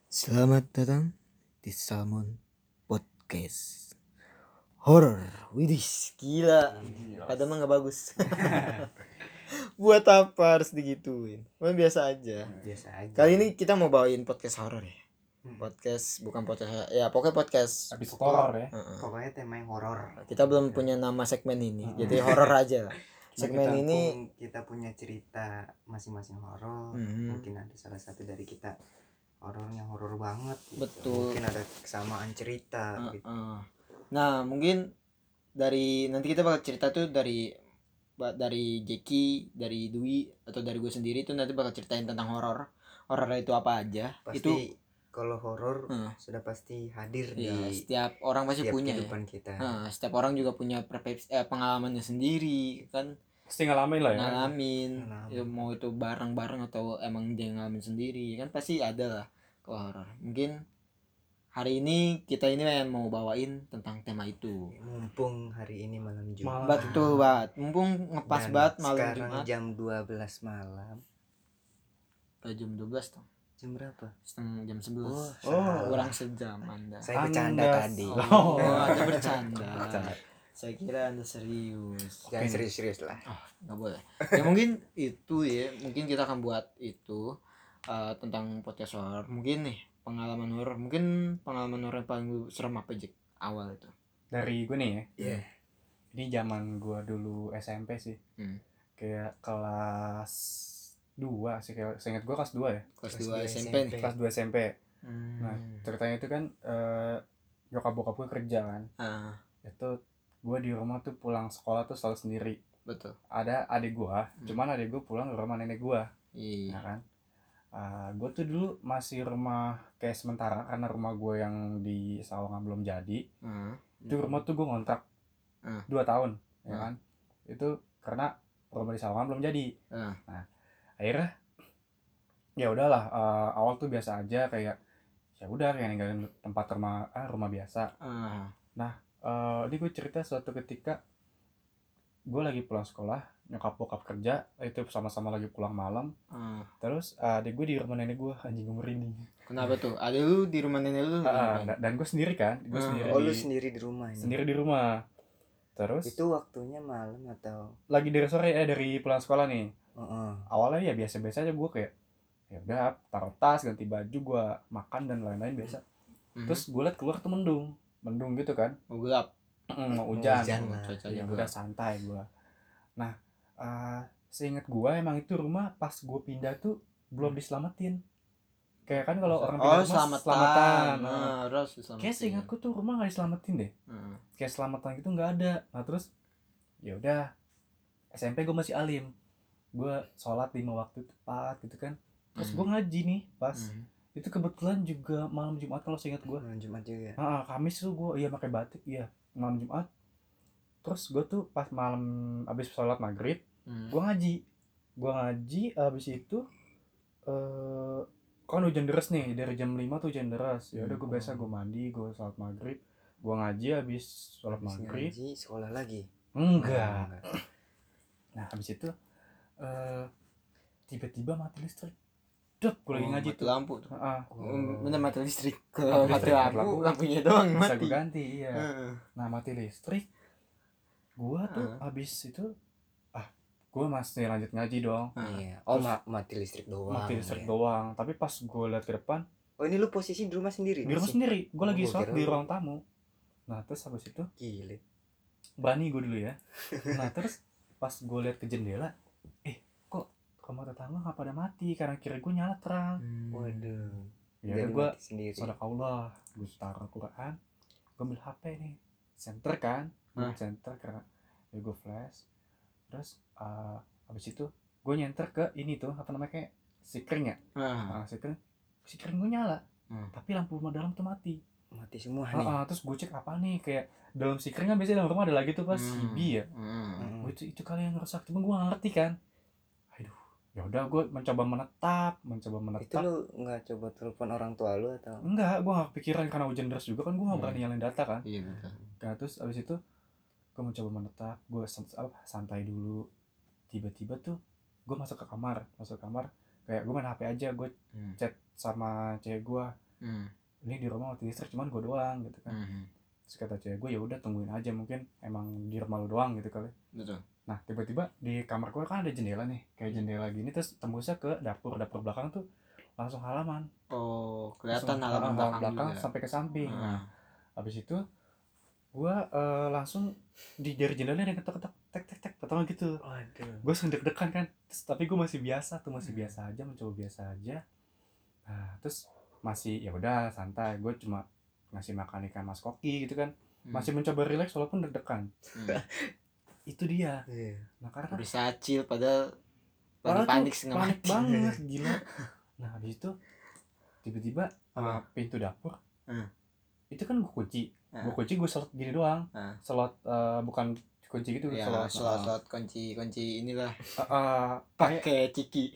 Selamat datang di Salmon Podcast Horror. Widih, gila. Kadang mah nggak bagus. Buat apa harus digituin? Mah biasa aja. Biasa aja. Kali ini kita mau bawain podcast horror ya. Podcast bukan podcast ya, pokoknya podcast. Episode horor ya. Pokoknya tema yang horor. Kita belum punya nama segmen ini, jadi horror aja lah. Segmen Kita ini kita punya cerita masing-masing horor. Mungkin ada salah satu dari kita horornya horor banget gitu. Betul. Mungkin ada kesamaan cerita gitu. Nah, mungkin dari nanti kita bakal cerita tuh dari Jeki, dari Dwi atau dari gue sendiri tuh nanti bakal ceritain tentang horor. Horor itu apa aja? Pasti Itu kalau horor sudah pasti hadir ya, di setiap orang pasti setiap punya kehidupan ya. kita. Setiap orang juga punya pengalamannya sendiri kan, Pasti ngalamin lah ya. ngalamin. Ya, mau itu bareng-bareng atau emang dia ngalamin sendiri kan pasti ada lah kalau horor. Mungkin hari ini kita ini mau bawain tentang tema itu. Mumpung hari ini malam Jumat. Betul banget. Mumpung ngepas Dan banget malam sekarang Jumat. jam 12 malam. Jam 12 tuh. Jam berapa? Setengah jam 11. Kurang Kurang sejam Anda. Saya bercanda tadi. Oh, Anda bercanda. Saya kira Anda serius. Jangan serius-serius lah. Nggak boleh. Ya mungkin itu ya. Mungkin kita akan buat itu tentang podcast horror. Mungkin nih pengalaman horror. Mungkin pengalaman horror yang paling serem apa Jack? Awal itu. Dari gue nih ya. Iya. Ini zaman gue dulu SMP sih. Kayak kelas 2 sih, kayak seingat gue kelas 2 ya. Kelas 2 SMP nih. Kelas 2 SMP. Nah, ceritanya itu kan nyokap bokap gue kerja kan. Itu gue di rumah tuh pulang sekolah tuh selalu sendiri. Betul. Ada adik gue, cuman adik gue pulang ke rumah nenek gue. Iya. Nah kan. Gue tuh dulu masih rumah kayak sementara karena rumah gue yang di Sawangan belum jadi. Itu rumah tuh gue ngontrak 2 tahun ya kan. Itu karena rumah di Sawangan belum jadi. Nah akhirnya ya udahlah, awal tuh biasa aja, kayak ya udah kayak ninggalin tempat rumah biasa. Nah ini gue cerita suatu ketika gue lagi pulang sekolah, nyokap bokap kerja, itu sama-sama lagi pulang malam. Terus adik gue di rumah nenek gue, anjing gue merinding. Kenapa tuh? Ada lu di rumah nenek lu? Dan gue sendiri kan, gue sendiri. Lu sendiri di rumah ini. Sendiri di rumah. Terus itu waktunya malam atau lagi dari sore dari pulang sekolah nih. Awalnya ya biasa-biasa aja, gue kayak ya udah taruh tas, ganti baju, gue makan dan lain-lain biasa. Terus gue liat keluar tuh mendung gitu kan. Gelap. Mau hujan cuacanya udah santai gue. Nah seingat gue emang itu rumah pas gue pindah tuh belum diselamatin. Kayak kan kalau orang pindah rumah selamatan. Kayak seingatku tuh rumah nggak diselamatin deh. Kayak selamatan gitu nggak ada. Nah terus ya udah SMP gue masih alim, gue sholat 5 waktu tepat gitu kan. Terus gue ngaji nih pas itu kebetulan juga malam Jumat kalau seingat gue. Malam Jumat juga. Kamis tuh gue pakai batik malam Jumat. Terus gue tuh pas malam abis sholat maghrib gue ngaji abis itu kan hujan deras nih, dari jam 5 tuh hujan deras. Ya udah gue biasa gue mandi, gue sholat maghrib, gue ngaji abis sholat maghrib. Ngaji sekolah lagi? Enggak. Nah habis itu tiba-tiba mati listrik. Gue lagi ngaji mati tuh. Lampu tuh. Bener mati listrik. Kalau mati lampu, lampunya doang bisa mati. Gue ganti Nah mati listrik. Gue tuh habis itu gue masih lanjut ngaji dong. Iya. Mati listrik doang. Tapi pas gue lihat ke depan, ini lu posisi di rumah sendiri? Di rumah sendiri. Gue lagi sholat di ruang tamu. Nah terus habis itu gile, bani gue dulu ya. Nah terus pas gue lihat ke jendela, kok kamar tetangga nggak pada mati, karena kira gue nyala terang. Waduh. Ya udah gue sadaqallah, gue taruh Quran, gue ambil HP nih, center kan, center karena ya gue flash. Terus habis itu gue nyenter ke ini tuh apa namanya, kayak sikring ya. Sikring gue nyala, tapi lampu rumah dalam tuh mati semua nih. Terus gue cek apa nih, kayak dalam sikring kan biasanya dalam rumah ada lagi tuh pas CB ya. Itu kali yang rusak, cuma gue gak ngerti kan. Aduh, ya udah gue mencoba menetap. Itu lu nggak coba telepon orang tua lu atau? Enggak, gue gak kepikiran karena hujan deras juga kan, gue gak berani nyalain data kan. Iya betul. Nah terus abis itu gue mencoba menetap, gue santai dulu. Tiba-tiba tuh gue masuk kamar, kayak gue main HP aja, gue chat sama cewek gue, Ini di rumah mati listrik cuman gue doang gitu kan. Terus kata cewek gue, ya udah tungguin aja, mungkin emang di rumah lu doang gitu kali. Betul. Nah tiba-tiba di kamar gue kan ada jendela nih, kayak jendela gini, terus tembusnya ke dapur belakang tuh langsung halaman. Oh, kelihatan langsung, halaman belakang juga. sampai ke samping. Nah habis itu gue langsung dari jendela ada yang ketok-ketok, tek pertama gitu. Gue langsung deg-degan kan, terus, tapi gue masih biasa aja, mencoba biasa aja. Nah terus masih ya udah santai, gue cuma ngasih makan ikan mas koki gitu kan, masih mencoba relax walaupun deg-degan. Itu dia. Nah karena udah sacil padahal panik banget gila. Nah habis itu tiba-tiba pintu dapur itu kan gue kunci, gue slot gini doang, slot bukan kunci gitu ya, slot kunci inilah pakai ciki.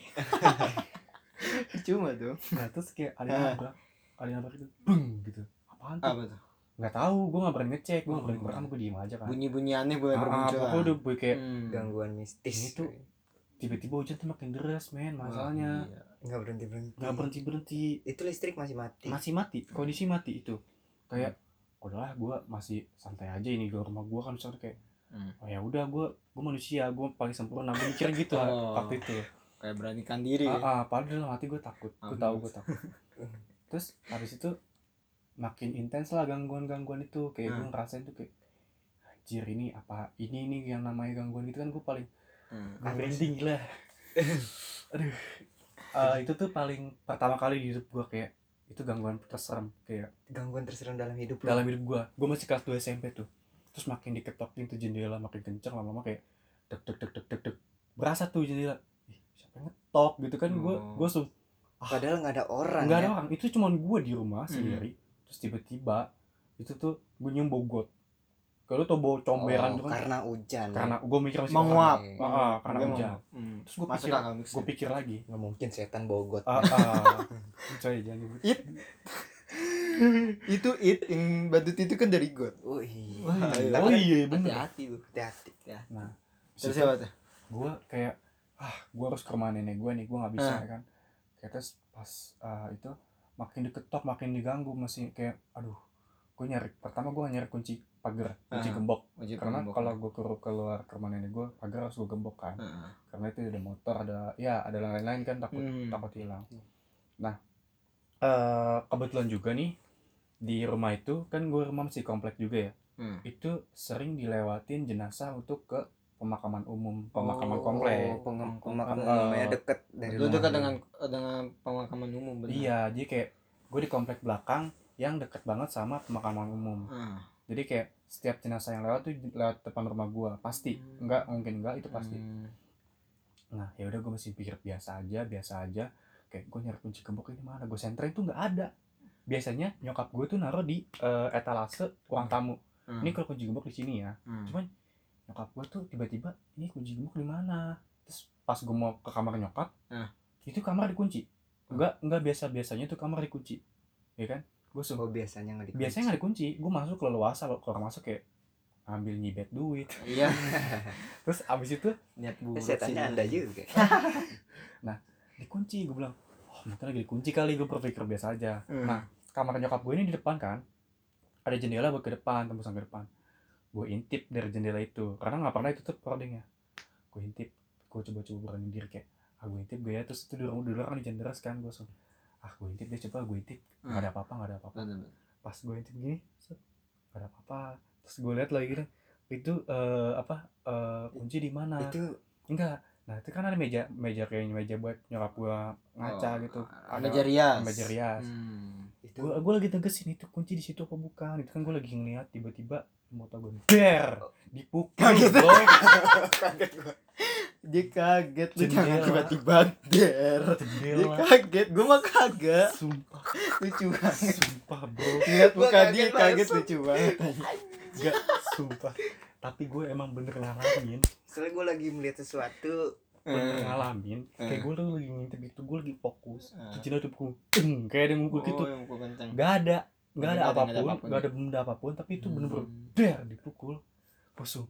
Cuma tuh. Nah terus kayak ada nabrak gitu, bung gitu. Apaan tuh? Apa tuh? Nggak tahu, gue nggak berani ngecek, gue nggak berani merekam, gue diem aja kan. Bunyi aneh mulai bermunculan. Pokoknya udah gue kayak gangguan mistis. Ini tuh tiba-tiba hujan tuh makin deras men, masalahnya. Nggak berhenti. Itu listrik masih mati, kondisi mati itu. Kayak udahlah, gue masih santai aja, ini di rumah gue kan, misalnya kayak oh ya udah, gue manusia, gue paling sempurna, gue mikir gitu waktu itu. Kayak beranikan diri. Padahal dalam hati gue takut, gue tahu. Terus habis itu makin intens lah gangguan itu, kayak gue ngerasain tuh kayak anjir, ini apa ini yang namanya gangguan gitu kan, gue paling merinding lah. Aduh. Itu tuh paling pertama kali di hidup gue kayak itu gangguan terserem, kayak gangguan terserem dalam hidup gue masih kelas 2 SMP tuh. Terus makin diketokin tuh jendela, makin kenceng, lama-lama kayak deg berasa tuh jendela, siapa yang ngetok gitu kan. Gue langsung padahal nggak ada orang, itu cuma gue di rumah sendiri. Terus tiba-tiba itu tuh gue nyium bau got. Kalau tau bau comberan tuh kan, karena hujan. Karena gue mikir masih menguap. Karena hujan. Terus gue pikir lagi, nggak mungkin setan bau got. Coy jangan nyebut. Itu yang badut itu kan dari got. Oh iya bener. Hati-hati lu. Ya. Nah terus apa tuh? Gue kayak gue harus ke rumah nenek gue nih, gue nggak bisa kan. Kayak terus pas itu makin diketok, makin diganggu, masih kayak aduh. Gue pertama nyari kunci pagar, kunci gembok. Karena kalau gue keluar ke rumah nenek gue, pagar harus gue gembok kan. Karena itu ada motor, ada lain-lain kan, takut hilang. Nah kebetulan juga nih di rumah itu kan, gue rumah masih komplek juga ya. Itu sering dilewatin jenazah untuk ke pemakaman umum, pemakaman komplek. Pemakaman umumnya dekat dari rumah. Dekat dengan pemakaman umum, benar. Iya, jadi kayak gue di komplek belakang yang deket banget sama pemakaman umum. Jadi kayak setiap jenazah yang lewat tuh lewat depan rumah gue pasti. Itu pasti. Nah ya udah, gue masih pikir biasa aja. Kayak gue nyari kunci gembok ini mana, gue senterin tuh nggak ada. Biasanya nyokap gue tuh naruh di etalase ruang tamu. Ini kalau kunci gembok di sini ya. Cuman nyokap gue tuh tiba-tiba, ini kunci gembok di mana? Terus pas gue mau ke kamar nyokap, itu kamar dikunci. Enggak biasanya tuh kamar dikunci, ya kan? Gue biasanya nggak dikunci. Gue masuk leluasa, keluar masuk kayak ambil nyibet duit. Iya. Terus abis itu niat buruk setannya Anda juga. Nah dikunci, gue bilang mungkin lagi dikunci kali, gue berpikir biasa aja. Nah kamar nyokap gue ini di depan kan, ada jendela buat ke depan, tembusan ke depan. Gue intip dari jendela itu karena nggak pernah ditutup hordingnya. Gue intip, gue coba berani diri kayak gue intip gue ya. Terus itu dulu kan hujan deras kan, gue langsung gue intip deh, coba gue intip. Nggak ada apa-apa. Pas gue intip gini, nggak ada apa-apa. Terus gue lihat lagi gitu, itu kunci di mana? Itu enggak. Nah itu kan ada meja kayak meja buat nyokap gue ngaca gitu. Ada meja rias. Gue lagi tegesin itu kunci di situ apa bukan? Itu kan gue lagi ngeliat, tiba-tiba motor gue dipukul. Kaget gue. Dia kaget, lu jangan tiba-tiba Dia kaget, gue mah kagak. Sumpah lucu banget. Sumpah bro, lihat muka dia kaget, lucu banget. Enggak, sumpah. Tapi gue emang bener ngalamin. Soalnya gue lagi melihat sesuatu, ngalamin. Kayak gue lagi ngintip itu, gue lagi fokus. Cina tuh pukul, kayak ada yang mukul gitu. Gak ada benda apapun, tapi itu bener-bener dipukul. Langsung,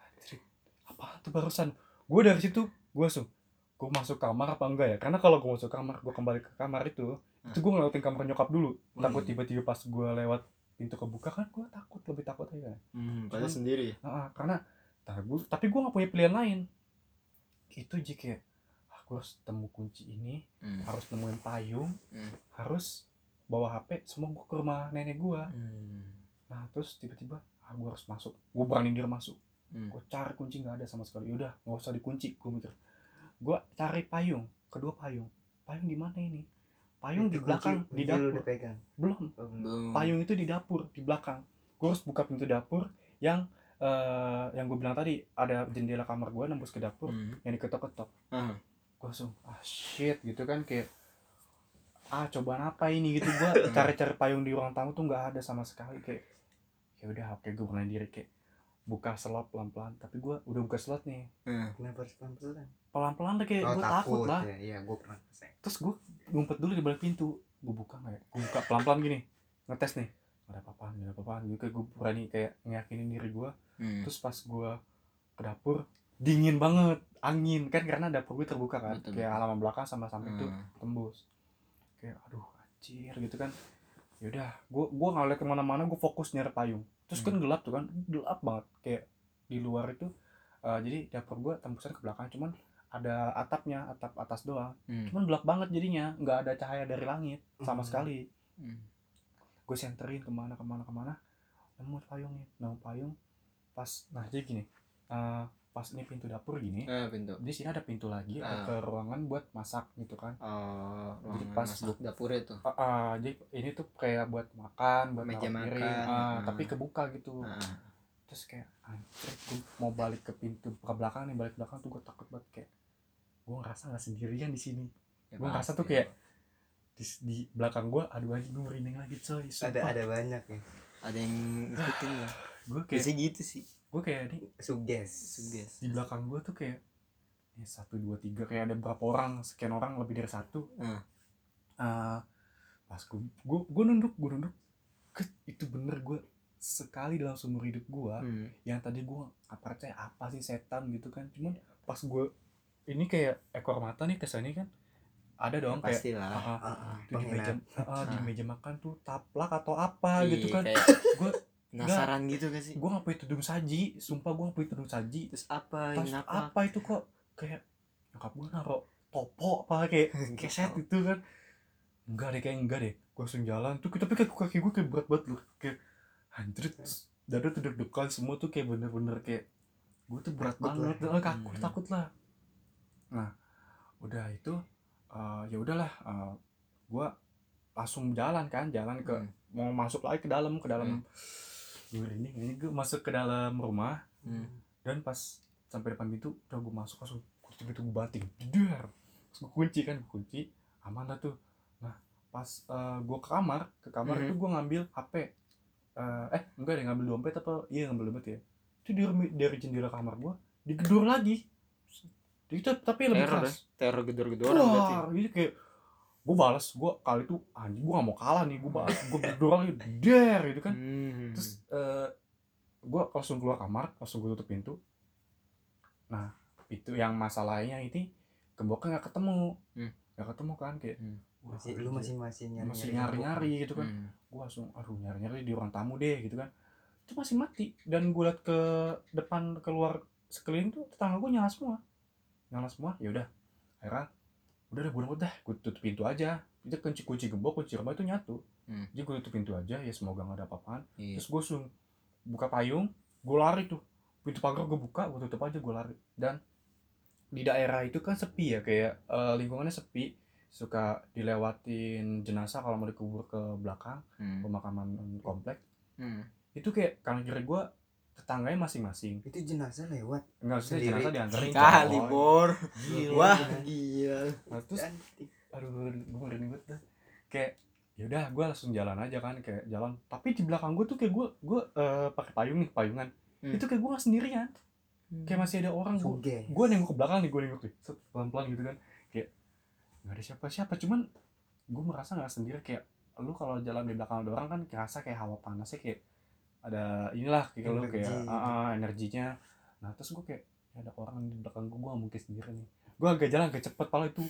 apa tuh barusan? Gue dari situ, gue masuk kamar apa enggak ya? Karena kalau gue masuk kamar, gue kembali ke kamar itu Itu gue ngelewatin kamar nyokap dulu. Takut tiba-tiba pas gue lewat pintu kebuka kan gue lebih takut aja kan. Padahal sendiri. Karena tapi gue nggak punya pilihan lain. Itu aja kayak gue harus temu kunci ini, harus nemuin payung, harus bawa HP, semua gue ke rumah nenek gue. Nah terus tiba-tiba gue harus masuk, gue berani diri masuk. Gue cari kunci nggak ada sama sekali. Udah nggak usah dikunci, gue mikir. Gue cari payung, kedua payung di mana ini? Payung di belakang, di dapur. Belum. Payung itu di dapur, di belakang. Gue harus buka pintu dapur yang gue bilang tadi, ada jendela kamar gue nembus ke dapur, yang diketok-ketok. Gue langsung shit gitu kan, kayak cobaan apa ini gitu. Gue cari-cari payung di ruang tamu tuh nggak ada sama sekali. Kayak ya udah, oke, gue berani diri kayak buka slot pelan-pelan. Tapi gue udah buka slot nih. Kenapa harus pelan-pelan? Pelan-pelan deh, kayak gue takut lah. Iya, gue pernah kesek. Terus gue ngumpet dulu di balik pintu. Gue buka nggak ya? Gue buka pelan-pelan gini, ngetes nih. Gak ada apa-apaan. Gitu kayak gue berani kayak ngeyakinin diri gue. Terus pas gue ke dapur, dingin banget, angin kan karena dapur gue terbuka kan. Betul. Kayak halaman belakang sama samping itu tembus. Kayak aduh anjir gitu kan. Ya udah, gue nggak lihat kemana-mana, gue fokus nyari payung. Terus kan gelap tuh kan, gelap banget kayak di luar itu. Jadi dapur gue tembusan ke belakang, cuman ada atapnya, atap atas doang. Cuman gelap banget jadinya, nggak ada cahaya dari langit sama sekali. Gue senterin kemana, nemu payung pas, nah jadi gini, pas ini pintu dapur gini, di sini ada pintu lagi, ada ke ruangan buat masak gitu kan. Jadi pas dapur itu. Jadi ini tuh kayak buat makan, buat meja naruh piring, tapi kebuka gitu. Terus kayak anjir, gue mau balik ke pintu ke belakang nih, balik belakang tuh gue takut banget, kayak gue ngerasa nggak sendirian di sini. Gue ngerasa tuh kayak di belakang gue, aduh anjing, gue merinding lagi coy. Ada banyak ya, ada yang ngikutin lah. Gue kayak gitu sih. Gue kayak nih suges di belakang gue tuh kayak 1, 2, 3, kayak ada berapa orang, sekian orang, lebih dari satu. Pas gue nunduk itu bener, gue sekali dalam seumur hidup gue yang tadi gue nggak percaya apa sih setan gitu kan. Cuman pas gue ini kayak ekor mata nih kesini kan, ada dong ya, kayak di meja makan tuh taplak atau apa gitu kan. Gue penasaran gitu kan sih. Gue nggak punya tudung saji, sumpah gue nggak punya tudung saji. Terus apa itu kok kayak nyokap gue naruh topo apa kayak keset gitu kan. Enggak deh, gue langsung jalan tuh, tapi kaki gue kayak berat banget loh, kayak anjir, dada tuh deg-degan semua tuh, kayak bener-bener kayak gue tuh berat banget, takut lah. Nah udah itu ya udahlah, gue langsung jalan ke mau masuk lagi ke dalam ini gue masuk ke dalam rumah. Dan pas sampai depan pintu udah gue masuk, langsung gue banting dar, terus gue kunci aman lah tuh. Nah pas gue ke kamar itu gue ngambil HP, enggak deh, ngambil dompet apa, ngambil dompet ya. Itu dari jendela kamar gue digedor lagi. Itu tapi lebih keras. Teror gedor-gedoran berarti. Wah, gitu kayak gue balas, gue kali itu anjing, gue gak mau kalah nih, gue balas, gue gedor lagi der gitu kan. Terus gue langsung keluar kamar, langsung gue tutup pintu. Nah itu yang masalahnya ini, gemboknya gak ketemu kan, kayak masih nyari gitu kan. Gue langsung nyari di ruang tamu deh gitu kan, itu masih mati. Dan gue liat ke depan, keluar sekeliling tuh tetangga gue nyala semua. Ya udah, akhirnya udah deh, bodo dah, gue tutup pintu aja. Itu kunci gembok, kunci rumah itu nyatu. Jadi gue tutup pintu aja, ya semoga gak ada apa-apaan. Terus gue langsung buka payung, gue lari tuh, pintu pagar gue buka, gue tutup aja, gue lari. Dan di daerah itu kan sepi ya, kayak lingkungannya sepi, suka dilewatin jenazah kalau mau dikubur ke belakang pemakaman komplek. Itu kayak kanan kiri gue tetangganya masing-masing. Itu jenazah lewat? Enggak, sendiri. Jenazah dianterin kali bor. Wah gila. Nah, terus aduh, gue merinding banget dah. Kayak ya udah, gue langsung jalan aja kan, kayak jalan. Tapi di belakang gue tuh kayak gue pakai payungan. Itu kayak gue nggak sendirian. Kayak masih ada orang. Gue nengok ke belakang nih, gue nengok nih pelan-pelan gitu kan, kayak nggak ada siapa-siapa. Cuman gue merasa nggak sendiri. Kayak lu kalau jalan di belakang ada orang kan kerasa kayak hawa panasnya, kayak ada inilah kayak lu kayak energinya. Nah terus gue kayak ada orang di belakang gue gak mungkin sendiri nih. Gue agak jalan agak cepet, padahal itu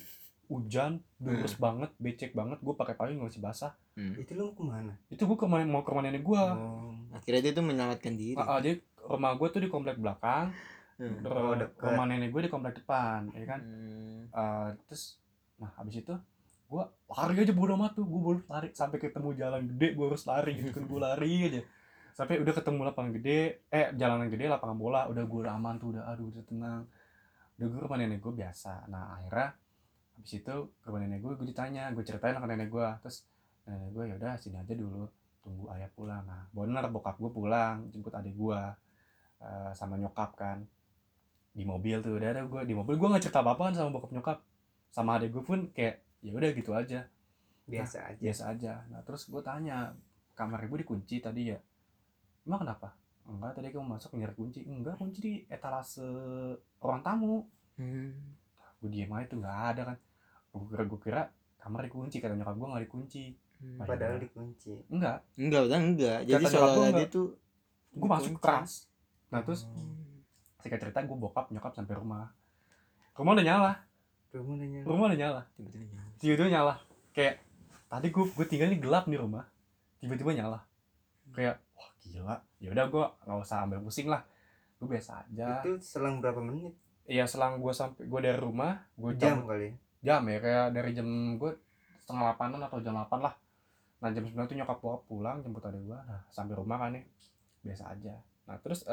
hujan, deras banget, becek banget, gue pakai payung masih basah. Itu lu kemana? Itu gue mau ke rumah nenek gue. Akhirnya dia tuh menyelamatkan diri. Jadi rumah gue tuh di komplek belakang, rumah nenek gue di komplek depan, ya kan. Terus, nah habis itu gue lari aja bodo amat tuh, gue lari sampai ketemu jalan gede, gue harus lari gitu kan, gue lari aja sampai udah ketemu lapangan gede, jalanan gede, lapangan bola, udah gue udah aman tuh, udah tenang, udah gue rumah nenek gue biasa. Nah akhirnya habis itu ke rumah nenek gue ditanya, gue ceritain ke nenek gue, terus nenek gue ya udah sini aja dulu, tunggu ayah pulang. Nah bener, bokap gue pulang jemput adik gue sama nyokap kan di mobil tuh. Udah ada gue di mobil, gue nggak cerita apa-apaan sama bokap nyokap, sama adik gue pun kayak ya udah gitu aja, biasa aja. Nah terus gue tanya, kamar ibu dikunci tadi ya? Emang kenapa? Enggak, tadi kamu masuk nyari kunci. Enggak, kunci di etalase ruang tamu. Gue diem aja tuh, nggak ada kan. Gue kira kamar dikunci, kata nyokap gue nggak dikunci. Padahal dikunci. Enggak. Jadi soalnya dia tuh gue masuk keras. Nah terus singkat cerita gue bokap nyokap sampai rumah udah nyala. Rumah udah nyala. Tiba-tiba nyala. Kayak tadi gue tinggal nih gelap nih rumah, tiba-tiba nyala. Kayak wah gila. Ya udah gue nggak usah ambil pusing lah, gue biasa aja. Itu selang berapa menit? Iya selang gue dari rumah, gue jam kali. Jam ya, kayak dari jam gue 7:30 atau jam 8 lah. Nah jam 9 tuh nyokap gue pulang jemput adik gue. Nah sampai rumah kan nih biasa aja. Nah terus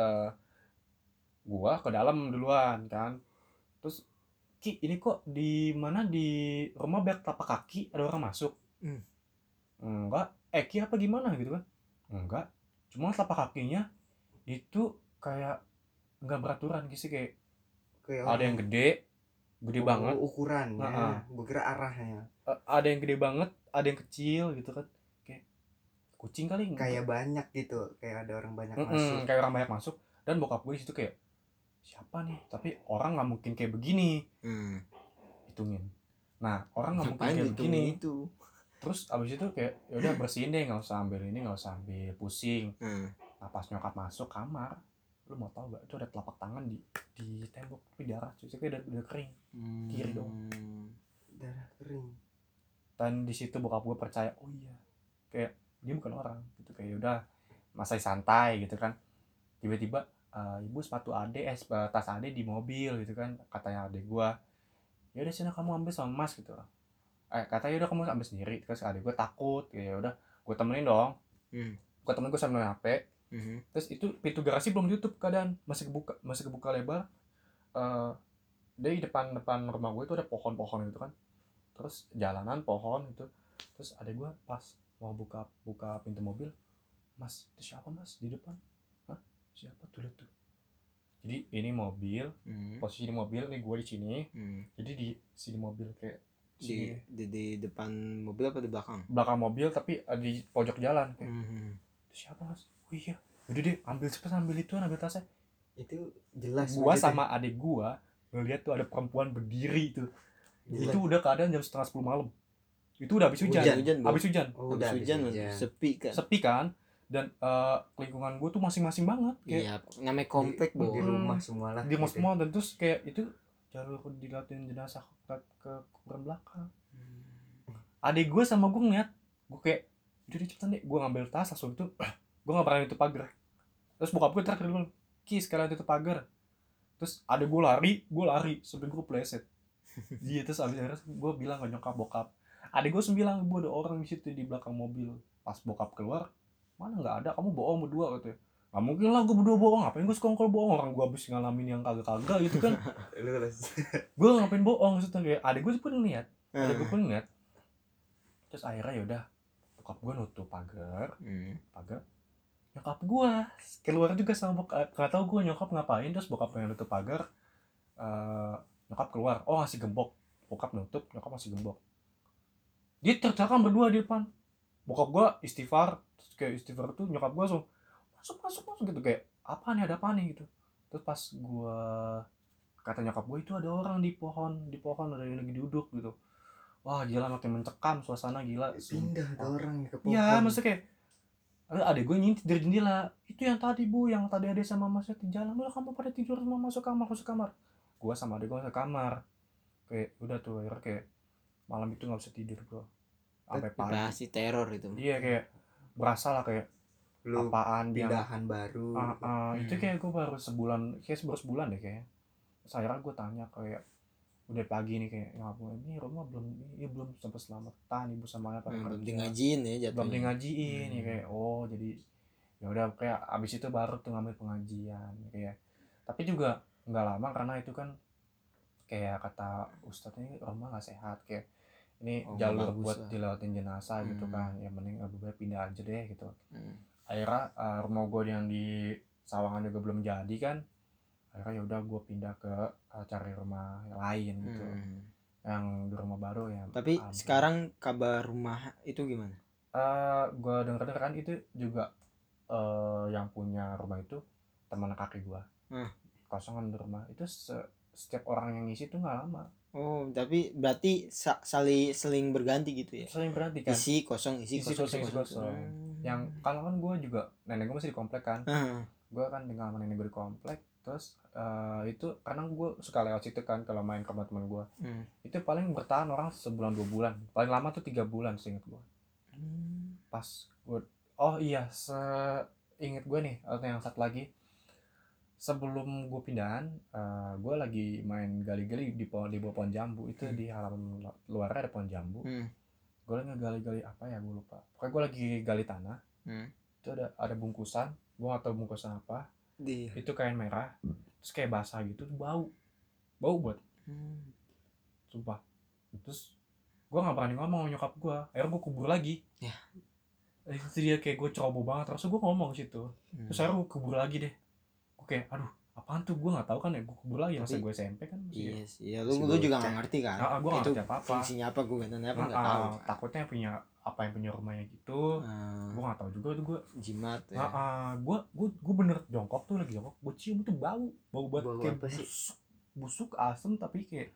gue ke dalam duluan kan. Terus Ki ini kok di mana, di rumah banyak telapak kaki, ada orang masuk? Enggak. Ki apa gimana gitu kan? Enggak, cuma telapak kakinya itu kayak nggak beraturan gitu sih, kayak ada yang gede banget ukurannya. Gue kira arahnya. Ada yang gede banget, ada yang kecil gitu kan, kayak kucing kali, kayak banyak gitu, kayak ada orang banyak masuk. Kayak orang banyak masuk. Dan bokap gue di situ kayak siapa nih, tapi orang nggak mungkin kayak begini. Hitungin. Nah orang nggak mungkin kayak begini itu. Terus abis itu kayak ya udah bersihin deh, nggak usah ambil ini, nggak usah ambil pusing. Nah pas nyokap masuk kamar, lu mau tau gak, itu ada telapak tangan di tembok, tapi darah cuy, kayak udah kering. Kiri dong, darah kering. Dan di situ bokap gue percaya, oh iya, kayak dia bukan orang gitu, kayak udah masai santai gitu kan. Tiba-tiba ibu sepatu ade, tas ade di mobil gitu kan, katanya adek gue. Ya udah sini kamu ambil sama mas gitu. Katanya udah kamu ambil sendiri. Terus adek gue takut, ya udah gue temenin dong. Gue temenin, gue sambil HP. Terus itu pintu garasi belum ditutup keadaan, masih kebuka lebar. Di depan rumah gue itu ada pohon gitu kan. Terus jalanan pohon gitu. Terus adek gue pas mau buka pintu mobil, mas itu siapa mas di depan? Hah, siapa tuh, lihat tuh. Jadi ini mobil, posisi di mobil nih, gue di sini. Jadi di sini mobil kayak di depan mobil apa di belakang? Belakang mobil, tapi di pojok jalan kayak. Itu siapa mas? Oh iya, udah deh ambil tasnya. Itu jelas. Gua sama adik gua ngeliat tuh ada perempuan berdiri tuh. Itu udah keadaan jam 9:30 malam. Itu udah habis hujan. Habis hujan. Udah hujan. Sepi kan. Dan lingkungan gue tuh masing-masing banget kayak, iya, namanya komplek di rumah semua lah. Di rumah semua. Dan terus kayak itu jalur dilatin jenazah ke kuburan belakang. Adik gue sama gue ngeliat, gue kayak udah cepetan deh, gue ngambil tas langsung itu, gue nggak berani tutup pagar. Terus bokap gue teriak dulu, Ki sekalian tutup pagar. Terus adik gue lari sampai gue pleset. Iya, terus abis akhirnya gue bilang ke nyokap bokap, adik gue bilang, ibu ada orang di situ di belakang mobil. Pas bokap keluar, mana nggak ada, kamu bohong berdua katanya. Nggak mungkin lah gue berdua bohong, ngapain gue sekongkol bohong, orang gue abis ngalamin yang kagak gitu kan. Gue ngapain bohong, maksudnya kayak adik gue pun ngeliat. Terus akhirnya yaudah bokap gue nutup pagar. Nyokap gue keluar juga sama bokap, nggak tahu gue nyokap ngapain. Terus bokap yang nutup pagar, nyokap keluar, oh ngasih gembok. Bokap nutup, nyokap masih gembok. Dia tercakam berdua di depan. Bokap gue istighfar, terus kayak istighfar tuh nyokap gue langsung masuk gitu, kayak ada apa nih gitu. Terus pas gue kata nyokap gue, itu ada orang di pohon ada yang lagi duduk gitu. Wah gila, makin mencekam suasana, gila. Pindah ada orang ke pohon. Iya, maksudnya kayak adek gue nyintir dari jendela, itu yang tadi bu, yang tadi adek sama masnya di jalan, malah kamu pada tidur semua, masuk kamar. Gue sama adek gue masuk kamar, kayak udah tuh akhirnya kayak malam itu nggak bisa tidur bro sampai pagi. Pasti teror itu. Iya kayak berasa lah kayak lu apaan pindahan baru. Itu kayak gue baru sebulan deh kayak. Saya gue tanya kayak udah pagi nih kayak ngapain ini rumah belum sempat selamatan ibu sama ayah pada Belum kerja. ngajiin ya jatuhnya. Belum ngajiin ya kayak jadi ya udah kayak abis itu baru tuh ngambil pengajian kayak. Tapi juga nggak lama karena itu kan kayak kata ustadznya ini rumah nggak sehat kayak ini jalur buat dilewatin jenazah gitu kan, yang mending lebih baik pindah aja deh gitu. Akhirnya rumah gue yang di Sawangan juga belum jadi kan, akhirnya ya udah gue pindah ke cari rumah lain gitu, yang di rumah baru ya. Tapi sekarang kabar rumah itu gimana? Gue denger kan itu juga yang punya rumah itu teman kakek gue, kosongan di rumah itu setiap orang yang ngisi tuh nggak lama. Oh tapi berarti saling berganti gitu ya? Saling berganti kan? Isi kosong. Yang kalau kan gue juga nenek gue masih di komplek kan, gue kan tinggal sama nenek gue di komplek. Terus itu karena gue suka lewat situ kan kalau main ke teman gue, itu paling bertahan orang sebulan 2 bulan, paling lama tuh 3 bulan seinget gue. Pas gue seinget gue nih atau yang satu lagi, sebelum gue pindahan gue lagi main gali-gali di bawah pohon jambu itu, di halaman luarnya ada pohon jambu. Gue lagi ngegali-gali apa ya gue lupa, pokoknya gue lagi gali tanah. Itu ada bungkusan, gue gak tau bungkusan apa. Itu kain merah terus kayak basah gitu, bau buat sumpah. Terus gue gak berani ngomong sama nyokap gue, akhirnya gue kubur lagi ya. Itu dia kayak gue ceroboh banget, terus gue ngomong situ. Terus akhirnya gue kubur lagi deh. Gue kayak aduh apaan tuh, gue gak tahu kan ya, gue kubur lagi masa gue SMP kan. Iya sih ya, lu juga gak ngerti kan gue gak ngerti apa-apa fungsinya apa, gue gak tahu kan. Takutnya yang punya rumahnya gitu, gue gak tahu juga tuh gue jimat ya. Gue bener jongkok tuh, lagi jongkok gue cium tuh bau banget, kayak busuk asem tapi kayak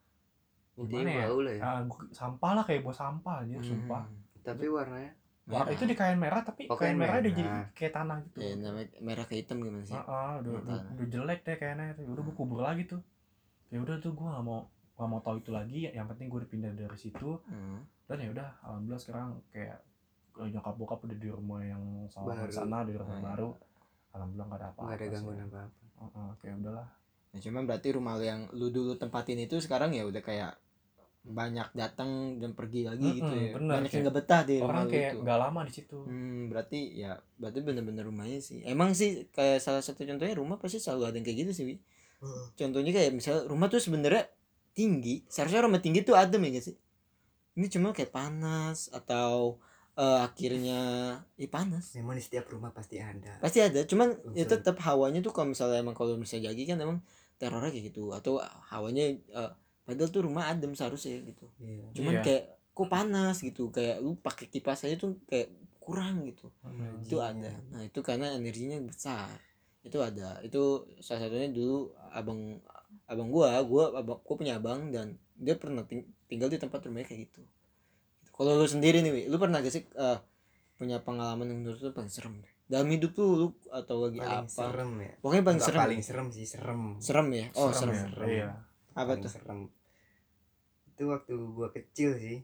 gimana ya, bau lah ya. Sampah lah, kayak bau sampah aja sumpah. Tapi warnanya itu di kain merah, tapi kain merah udah jadi kayak tanah gitu. Namanya merah ke hitam gimana sih? Udah jelek deh kayaknya. Udah gue kubur lagi tuh. Ya udah tuh gue nggak mau tahu itu lagi. Yang penting gue udah pindah dari situ. Dan ya udah alhamdulillah sekarang kayak nyokap bokap udah di rumah yang sama sana, di rumah baru. Alhamdulillah nggak ada apa-apa. Nggak ada gangguan apa-apa. Kayak udahlah. Nah, cuman berarti rumah yang lu dulu tempatin itu sekarang ya udah kayak banyak datang dan pergi lagi gitu ya. Bener, banyak yang nggak betah di orang rumah kayak itu. nggak lama di situ. Berarti bener-bener rumahnya sih. Emang sih kayak salah satu contohnya rumah pasti selalu ada yang kayak gitu sih, Wi. Contohnya kayak misal rumah tuh sebenarnya tinggi, seharusnya rumah tinggi tuh adem ya gak sih? Ini cuma kayak panas atau akhirnya panas. Memang di setiap rumah pasti ada. Cuman ya tetap hawanya tuh kalau misalnya jadi kan emang terornya kayak gitu, atau hawanya padahal tuh rumah adem seharusnya gitu. Cuman kayak kok panas gitu, kayak lu pakai kipas aja tuh kayak kurang gitu. Itu ada. Nah itu karena energinya besar. Itu ada. Itu salah satunya dulu gua punya abang dan dia pernah tinggal di tempat rumahnya kayak gitu. Kalau lu sendiri nih, Wi, lu pernah gak sih punya pengalaman yang menurut lu paling serem dalam hidup lu atau lagi paling apa? Serem ya. Pokoknya paling serem. Paling serem sih, serem ya. Oh, serem. Iya. Apa tuh? Serem. Itu waktu gua kecil sih.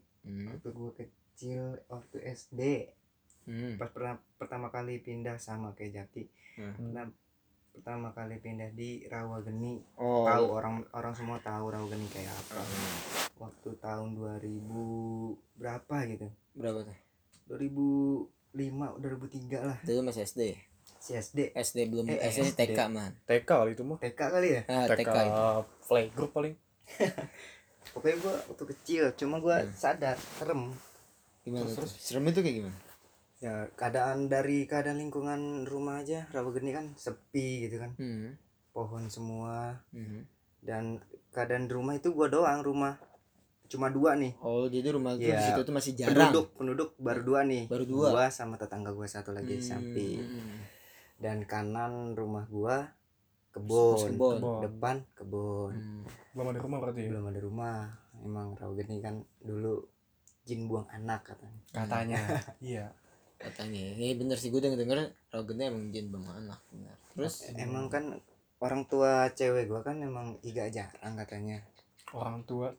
Waktu SD. Pas pertama kali pindah sama kayak Jaki. Pertama kali pindah di Rawageni. Tahu orang semua tahu Rawageni kayak apa. Waktu tahun 2000 berapa gitu. Berapa tuh? 2005, 2003 lah. Itu masih SD ya? SD belum SD TK man. TK kali itu mah. TK kali ya? TK itu. Playgroup paling. Pokoknya gue waktu kecil, cuma gue sadar serem. Gimana terus? Serem itu kayak gimana? Ya keadaan lingkungan rumah aja Rawageni kan sepi gitu kan. Pohon semua. Dan keadaan rumah itu gue doang, rumah cuma 2 nih. Oh jadi rumah itu di situ tuh masih jarang. Penduduk baru 2 nih. Baru 2. Gua sama tetangga gue satu lagi di samping. Dan kanan rumah gua kebun. Depan kebun. Belum ada rumah berarti ya? Belum ada rumah. Emang Rawageni kan dulu jin buang anak katanya. Iya. Katanya. Ini bener sih, gue denger Rawageni emang jin buang anak, benar. Terus emang kan orang tua cewek gua kan emang iga jarang katanya. orang tua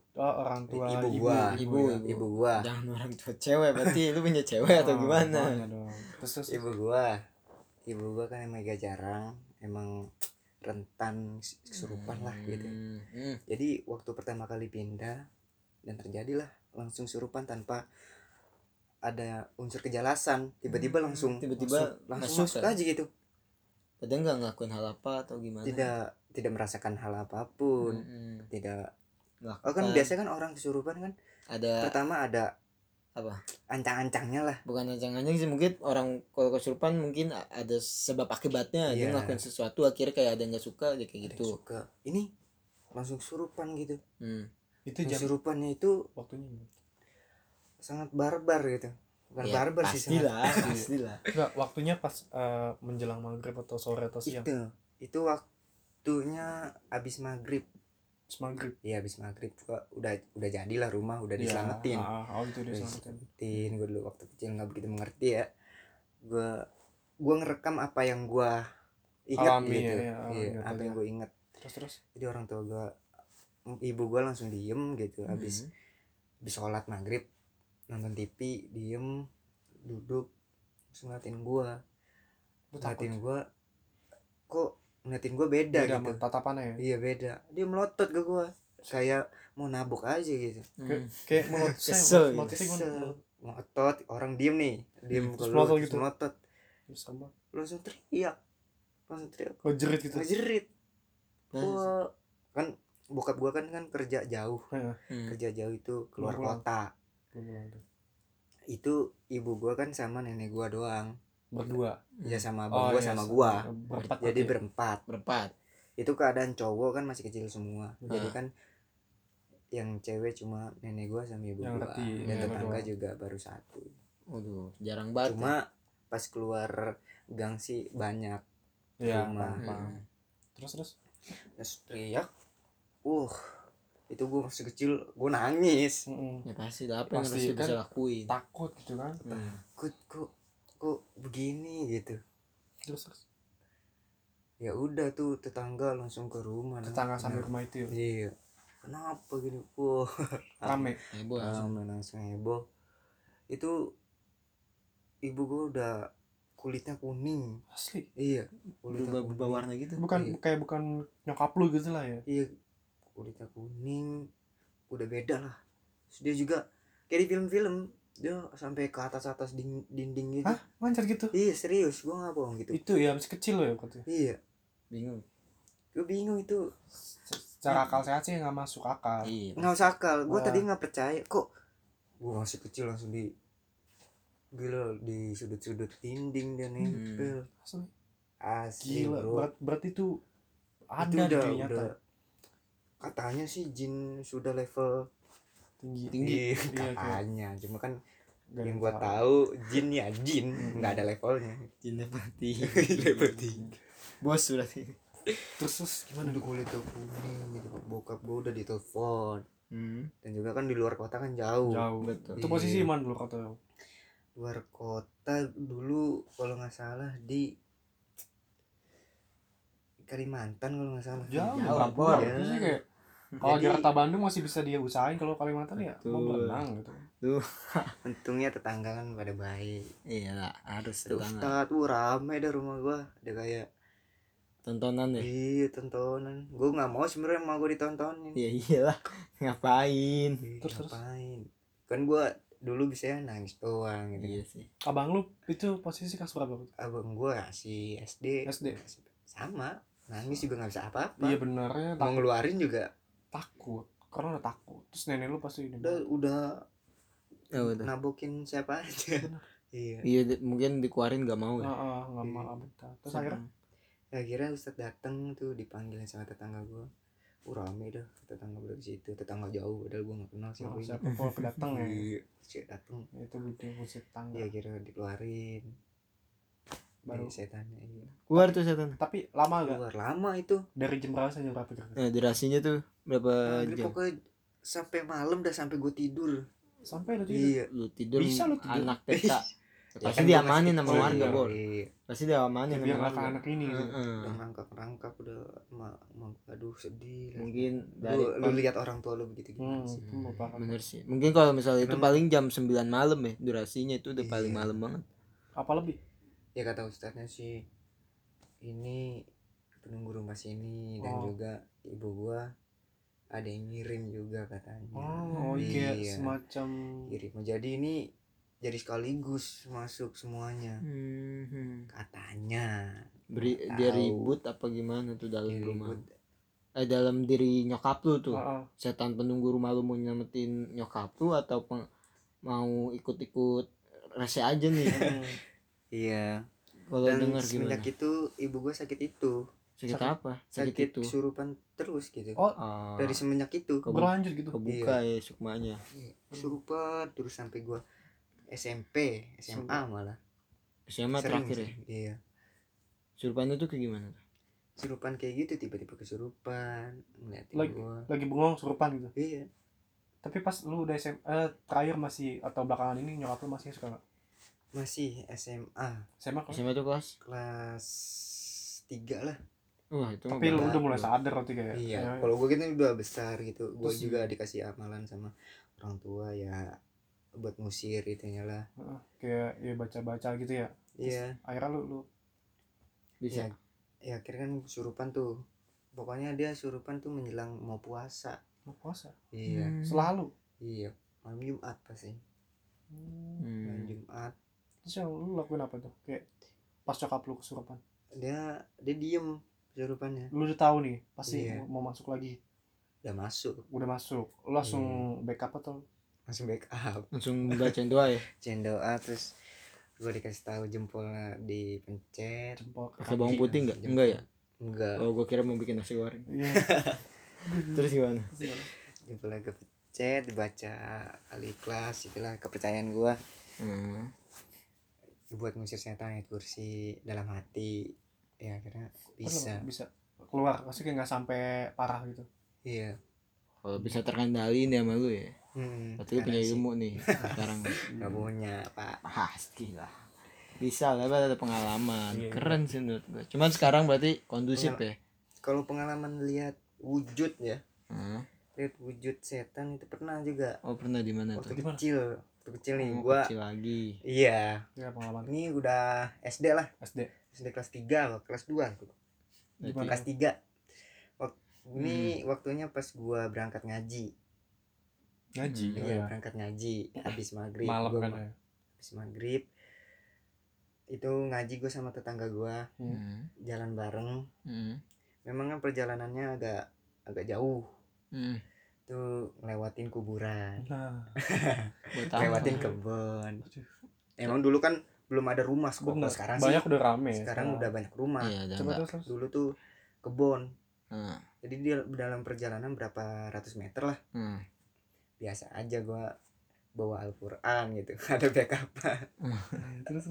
ibu gua Jangan orang tua cewek, berarti lu punya cewek atau gimana? makanya dong. Terus ibu gua kan emang gak jarang, emang rentan kesurupan lah gitu. Jadi waktu pertama kali pindah dan terjadilah langsung kesurupan tanpa ada unsur kejelasan, tiba-tiba langsung masuk aja gitu. Padahal nggak ngelakuin hal apa atau gimana? Tidak merasakan hal apapun. Tidak. Melakukan. Oh kan biasanya kan orang kesurupan kan ada pertama ada apa? Ancang-ancangnya lah. Bukan ancang-ancang sih, mungkin orang kalau kesurupan mungkin ada sebab akibatnya. Dia ngelakuin sesuatu akhirnya kayak ada yang nggak suka aja kayak gitu. Suka. Ini langsung kesurupan gitu. Itu kesurupannya itu waktunya sangat barbar gitu. Bukan ya, barbar sih pastilah. Enggak, waktunya pas menjelang maghrib atau sore atau siang. Itu waktunya abis maghrib. Iya abis maghrib gua udah jadilah rumah, udah diselamatin. Itu diselamatin. Gue dulu waktu kecil nggak begitu mengerti ya. Gua ngerekam apa yang gua ingat gitu. Apa yang gua ingat. Terus. Jadi orang tua gua, ibu gua langsung diem gitu abis sholat maghrib, nonton TV, diem, duduk, terus ngeliatin gua. Kok ngeliatin gua beda gitu. Tatapannya ya? Iya beda. Dia melotot ke gua kayak mau nabok aja gitu. Kayak kesel. Melotot, orang diem nih, kalau gitu. melotot. Langsung teriak. Jerit gitu. Gua kan bokap gua kan kerja jauh. Kerja jauh itu keluar kota. Itu ibu gua kan sama nenek gua doang. Berdua. Ya sama abang gua sama gua. Jadi berempat. Itu keadaan cowok kan masih kecil semua. Jadi kan yang cewek cuma nenek gua sama ibu gua. Dan tetangga juga baru satu. Waduh, jarang banget. Cuma pas keluar gang sih banyak rumah. Terus teriak. Itu gue masih kecil, gue nangis. Ya pasti apa yang harus bisa lakuin. Takut gitu kan. Kok begini gitu. Terus ya udah tuh tetangga langsung ke rumah. Tetangga sampai rumah itu ya? Iya. Kenapa gini? Rame langsung heboh. Itu ibu gue udah kulitnya kuning. Asli? Iya. Berubah warna gitu. Bukan nyokap lu gitu lah ya? Iya. Kulitnya kuning, udah beda lah. Terus dia juga kayak di film-film, dia sampai ke atas dinding gitu. Hah? Mancar gitu? Iya serius, gue nggak bohong gitu. Itu ya masih kecil loh ya katanya. Iya. Bingung. Gue bingung itu. Secara akal sehat sih nggak masuk akal. Iya. Nggak masuk akal. Gue tadi nggak percaya kok. Gue masih kecil langsung di sudut-sudut dinding dan nempel. Asli gila, bro. Berarti itu ada itu di dunia nyata. Katanya sih jin sudah level tinggi. Katanya, cuma kan yang gua tahu jin ya jin, nggak ada levelnya. Jin level tinggi. Bos berarti. Terus gimana? Udah kulitnya kuning gitu. Bokap gua udah ditelepon. Dan juga kan di luar kota kan jauh. Betul. Itu posisi mana dulu kota? Luar kota dulu kalau nggak salah di Kalimantan kalau nggak salah. Jauh ya. Sih kayak kalau Jakarta Bandung masih bisa dia usahain, kalau Kalimantan ya mau berenang gitu. Tuh. Untungnya tetangga kan pada baik. Iya, harus tetangga. Ustadz, ramai dah rumah gua. Ada kayak tontonan ya. Iya, tontonan. Gua nggak mau sebenarnya mau gua ditontonin. Ya iyalah, ngapain? Terus ngapain? Kan gua dulu biasanya nangis doang gitu. Iya sih. Abang lu itu posisi kelas berapa? Abang gua si SD. Sama, nangis juga nggak bisa apa-apa. Iya benarnya. Mau ngeluarin juga takut, karena udah takut. Terus nenek lu pasti udah nabokin siapa aja. Iya mungkin dikeluarin nggak mau ya. Nggak mau betah. Terus akhirnya Ustadz dateng tuh, dipanggilin sama tetangga gua. Rame dah tetangga berada di situ. Tetangga jauh, padahal gua nggak kenal siapa kalau datang ya. Iya, datang. Itu musik tetangga. Iya, akhirnya dikeluarin. Baru setannya iya. Keluar tuh setan. Tapi lama gak? Keluar lama itu. Dari jam berapa sampai jam berapa kira-kira? Durasinya tuh berapa jam? Pokoknya sampai malam dah, sampai gue tidur. Sampai udah tidur. Iya. Lu tidur. Bisa lu tidur. Anak TK. Pasti kan diamanin gua sama masih warga, kecil, Bor. iya. Pasti diamanin biar sama warga. anak-anak ini gitu. Udah ngerangkak udah aduh sedih lah. Mungkin dari lu lihat orang tua lu begitu gimana sih? Itu merupakan bener sih. Mungkin kalau misalnya itu Emang- paling jam 9 malam ya, durasinya itu udah paling Iya. malam banget. apa lebih Ya kata ustadznya sih ini penunggu rumah sini dan Oh. juga ibu gua ada yang ngirim juga katanya. kayak Iya. semacam Kirim. Jadi ini jadi sekaligus masuk semuanya Mhm. katanya. Dia Tahu. ribut apa gimana tuh dalam Dia rumah? ribut. Dalam diri nyokap lu tuh. Heeh. Setan penunggu rumah lu mau nyelamatin nyokap lu atau mau ikut-ikut rese aja nih? Iya. Kalau Dan dengar gimana? semenjak itu ibu gua sakit itu. Sakit apa? Sakit itu. kesurupan terus gitu. Oh, Dari semenjak itu berlanjut gitu. kebuka ya sukmanya. kesurupan terus sampai gua SMP, SMA malah. SMA Sering terakhir ya. sih. Iya. Kesurupan itu kayak gimana? Kesurupan kayak gitu tiba-tiba kesurupan ngeliatin gua. Lagi bengong surupan gitu. Iya. Tapi pas lu udah terakhir masih atau belakangan ini nyokap lu masih suka nggak? Masih SMA SMA kan? SMA tuh kelas 3 lah. Wah itu Tapi lu mah udah mulai sadar berarti kayak. Iya. Kalau gua gitu udah besar gitu. Gua Terus- juga dikasih amalan sama orang tua ya buat ngusir itunya lah. Kayak ya baca-baca gitu ya. Iya. Akhirnya lu bisa. Ya akhirnya kan surupan tuh. Pokoknya dia surupan tuh menjelang mau puasa. mau puasa. Iya. Selalu. Iya. Malam Jumat pasti. Malam Jumat. Terus yang lu lakuin apa tuh? Kayak pas cokap lu kesurupan. Dia diem surupannya. Lu udah tahu nih pasti Iya. mau masuk lagi. Udah masuk. Udah masuk. Lu langsung backup atau Langsung backup. Langsung bacain doa ya. Bacain doa terus gue dikasih tahu jempolnya dipencet. jempol Pakai bawang putih enggak? Enggak ya? Enggak. Oh gua kira mau bikin nasi goreng. Iya. Terus gimana? Jempolnya kepencet dibaca Al-Ikhlas itulah kepercayaan gue buat ngusir setan ayat kursi dalam hati. Ya akhirnya bisa. Keluar pasti kayak nggak sampai parah gitu. Iya. Kalau bisa terkendali nih sama lu ya. Berarti lu punya Karena sih ilmu nih sekarang. nggak punya pak. Pasti lah. Bisa lah, ada pengalaman. Iya. Keren sih menurut gua. Cuman sekarang berarti kondusif ya. Kalau pengalaman lihat wujud ya, Hah? lihat wujud setan itu pernah juga. Oh pernah di mana Waktu tuh? kecil nih Oh, gua. kecil lagi. Iya. Ya pengalaman Ini udah SD lah. SD. SD kelas 3 atau kelas 2 tuh. Gimana? Kelas 3. Ini waktunya pas gua berangkat ngaji. Ngaji. Iya, Ya. berangkat ngaji habis maghrib. Malam Gua kan ya. habis maghrib. Itu ngaji gua sama tetangga gua, jalan bareng. Memang kan perjalanannya agak jauh. Tuh ngelewatin kuburan. Nah, Lewatin kebun. Emang dulu kan belum ada rumah kok. bener. Sekarang Banyak sih udah rame. sekarang udah banyak rumah. Iya, Coba enggak. terus. Dulu tuh kebun. Nah, Jadi dia dalam perjalanan berapa ratus meter lah. Biasa aja gua bawa Al-Qur'an gitu. Ada backup. Terus.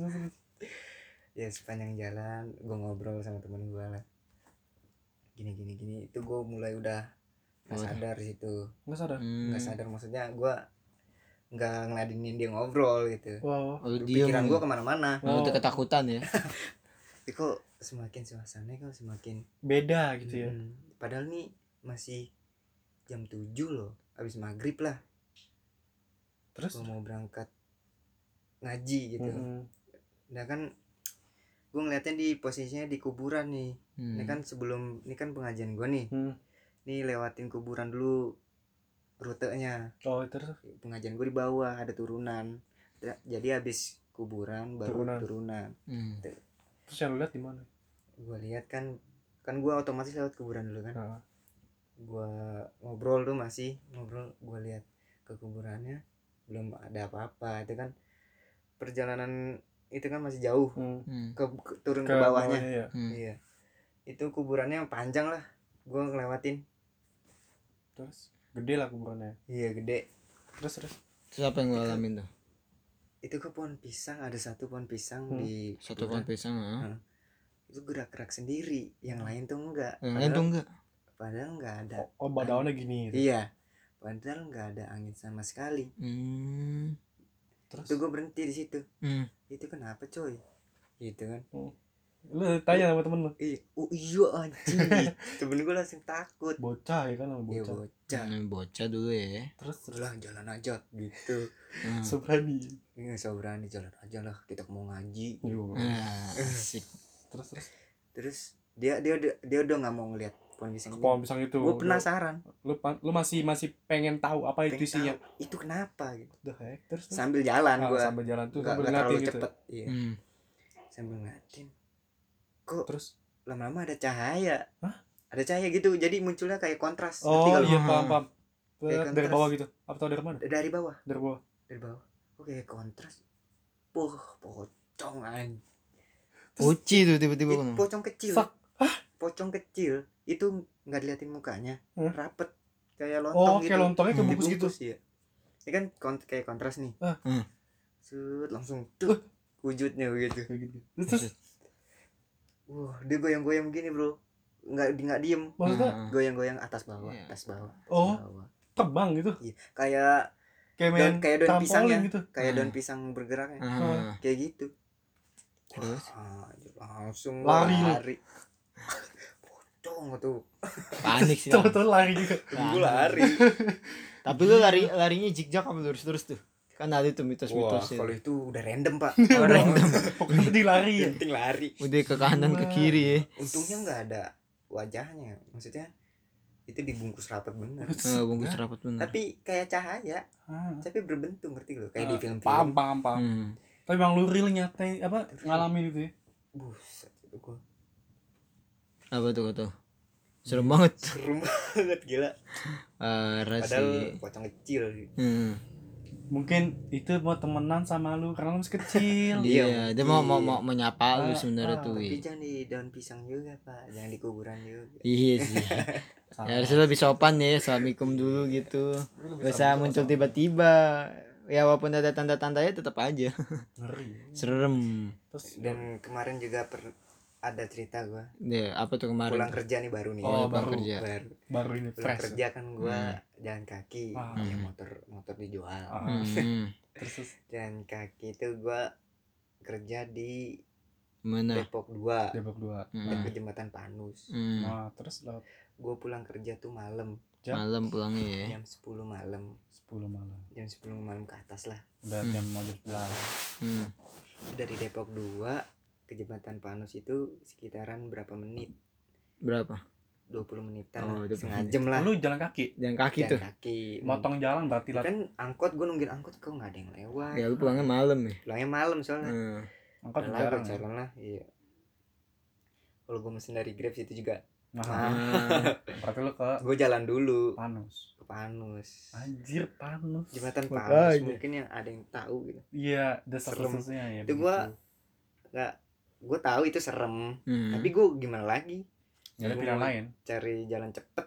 Ya sepanjang jalan gua ngobrol sama temen gua lah. Gini. Itu gua mulai udah nggak sadar situ. Nggak sadar. Nggak sadar maksudnya gua nggak ngeladenin dia ngobrol gitu. Wow. lu diem. Pikiran gua kemana-mana. Lu udah ketakutan ya. Tapi kok semakin suasananya kok semakin Beda gitu ya. Padahal nih masih jam 7 loh, habis maghrib lah. Terus. Gua mau berangkat ngaji gitu. Nah kan gue ngeliatnya di posisinya di kuburan nih. Ini kan ini kan pengajian gue nih. Nih lewatin kuburan dulu rutenya. Oh terus. Pengajian gue di bawah ada turunan. Jadi habis kuburan baru turunan. Terus yang lu lihat di mana? Gue lihat kan gue otomatis lewat kuburan dulu kan. Nah. Gue ngobrol tuh masih ngobrol, gue lihat ke kuburannya belum ada apa-apa. Itu kan perjalanan itu kan masih jauh turun ke bawahnya. Iya. Itu kuburannya yang panjang lah, gue ngelewatin. Terus gede lah kuburannya. Iya gede. Terus. Terus apa yang lu alamin tuh? Itu ke pohon pisang, ada satu pohon pisang di Satu pohon pisang. Itu gerak-gerak sendiri, yang lain tuh enggak. Yang lain tuh enggak. Padahal enggak ada. Oh daunnya gini gitu. Iya. Padahal enggak ada angin sama sekali. Terus Itu gue berhenti di situ. Hmm. Itu kenapa coy? Gitu kan. lu tanya sama temen lu, Iya anjing. Temen gue langsung takut. bocah ya kan, sama Iya bocah. bocah. Bocah dulu ya. Terus Jalan aja gitu. Sobrani. Ini so berani jalan aja lah, kita mau ngaji. Asik. Terus dia udah nggak mau ngeliat pohon pisang Pohon pisang itu. Gue penasaran. Lu masih pengen tahu apa itu isinya. Itu kenapa gitu. The heck? Terus Sambil jalan gue. sambil jalan tuh sambil Nggak ngeliatin terlalu gitu. cepet. Iya. Sambil ngeliatin. Kok Terus lama-lama ada cahaya. Hah? Ada cahaya gitu, jadi munculnya kayak kontras. oh Ngerti nggak lu? iya paham. Kayak Dari kontras. bawah gitu. Apa tau dari mana? Dari bawah. Dari bawah. Oke, kontras. Pocong anjing. Uci tuh tiba-tiba Itu kan. pocong kecil. Fuck. Pocong kecil itu nggak diliatin mukanya. Hah? Rapet kayak lontong gitu. Kayak lontongnya kebungkus gitu. Dibungkus, ya. Ini kan kayak kontras nih. Set langsung wujudnya begitu. Kayak gitu. Terus Wah, dia goyang-goyang begini, Bro. Nggak diem. maksudnya Goyang-goyang atas bawah, Iya. atas bawah. Oh. Atas bawah. terbang gitu. Iya, kayak Kayak daun pisang ya. gitu. Kayak daun pisang bergeraknya. Kayak gitu. Terus Langsung Lari. Pocong tuh. panik sih. Tahu-tahu lari juga. Gue lari. Tapi lu larinya zigzag apa lurus terus tuh? Kan ada tuh Wah, mitos-mitos kalau ya. itu udah random, Pak. Random. Pokoknya penting lari ya. Penting lari. Udah ke kanan ke kiri ya. Untungnya nggak ada wajahnya. Maksudnya itu dibungkus rapat bener. Bungkus rapat bener. Tapi kayak cahaya, tapi berbentuk, ngerti lo? Kayak di film-film. Paham. Tapi bang lu real nyatain ngalamin itu ya. Buset, itu gua Apa tuh kata? Serem banget. serem banget gila. Parah Padahal sih. pocong kecil. Mungkin itu mau temenan sama lu karena lu masih kecil. Iya, dia mau menyapa lu sebenarnya tuh. Tapi jangan di daun pisang juga, Pak. Jangan di kuburan juga. Iya sih. Ya, harusnya lebih sopan ya, assalamualaikum dulu gitu. Gak usah muncul tiba-tiba. Ya walaupun ada tanda-tandanya tetap aja. Ngeri. Serem. Terus Dan kemarin juga ada cerita gua. Ya, apa tuh kemarin? Pulang kerja nih baru nih. Oh, baru kerja. baru ini Pulang fresh. kerja kan gua jalan kaki. Ya, motor dijual. Terus Jalan kaki itu gua kerja di Mana? Depok 2. Depok 2. Dekat jembatan Panus. Nah, terus lewat Gue pulang kerja tuh malam. Malam pulangnya ya. Jam 10 malam. 10 malam. Jam 10 malam ke atas lah. Udah jam mau jam 11. Dari Depok 2 ke jembatan Panus itu sekitaran berapa menit? Berapa? 20 menitan Oh, lah. 20 Setengah jam lah. Lu jalan kaki. Jalan kaki Jalan tuh. kaki. Motong jalan berarti lah. Kan angkot, gue nungguin angkot kok nggak ada yang lewat. Ya lu pulangnya malam ya. Pulangnya malam soalnya. Angkot Udah lah, jarang. gue jalan lah. Iya. Kalau gue mesen dari Grab situ juga. Nah, berarti lu ke Gue jalan dulu Panus. ke Panus. Anjir, Panus. Jembatan Makanya. Panus mungkin yang ada yang tahu gitu. Iya, Serem. desas-desasnya ya. Itu gue tahu itu serem. Tapi gue gimana lagi? Gak ada Gua pilihan mau lain. Cari jalan cepet.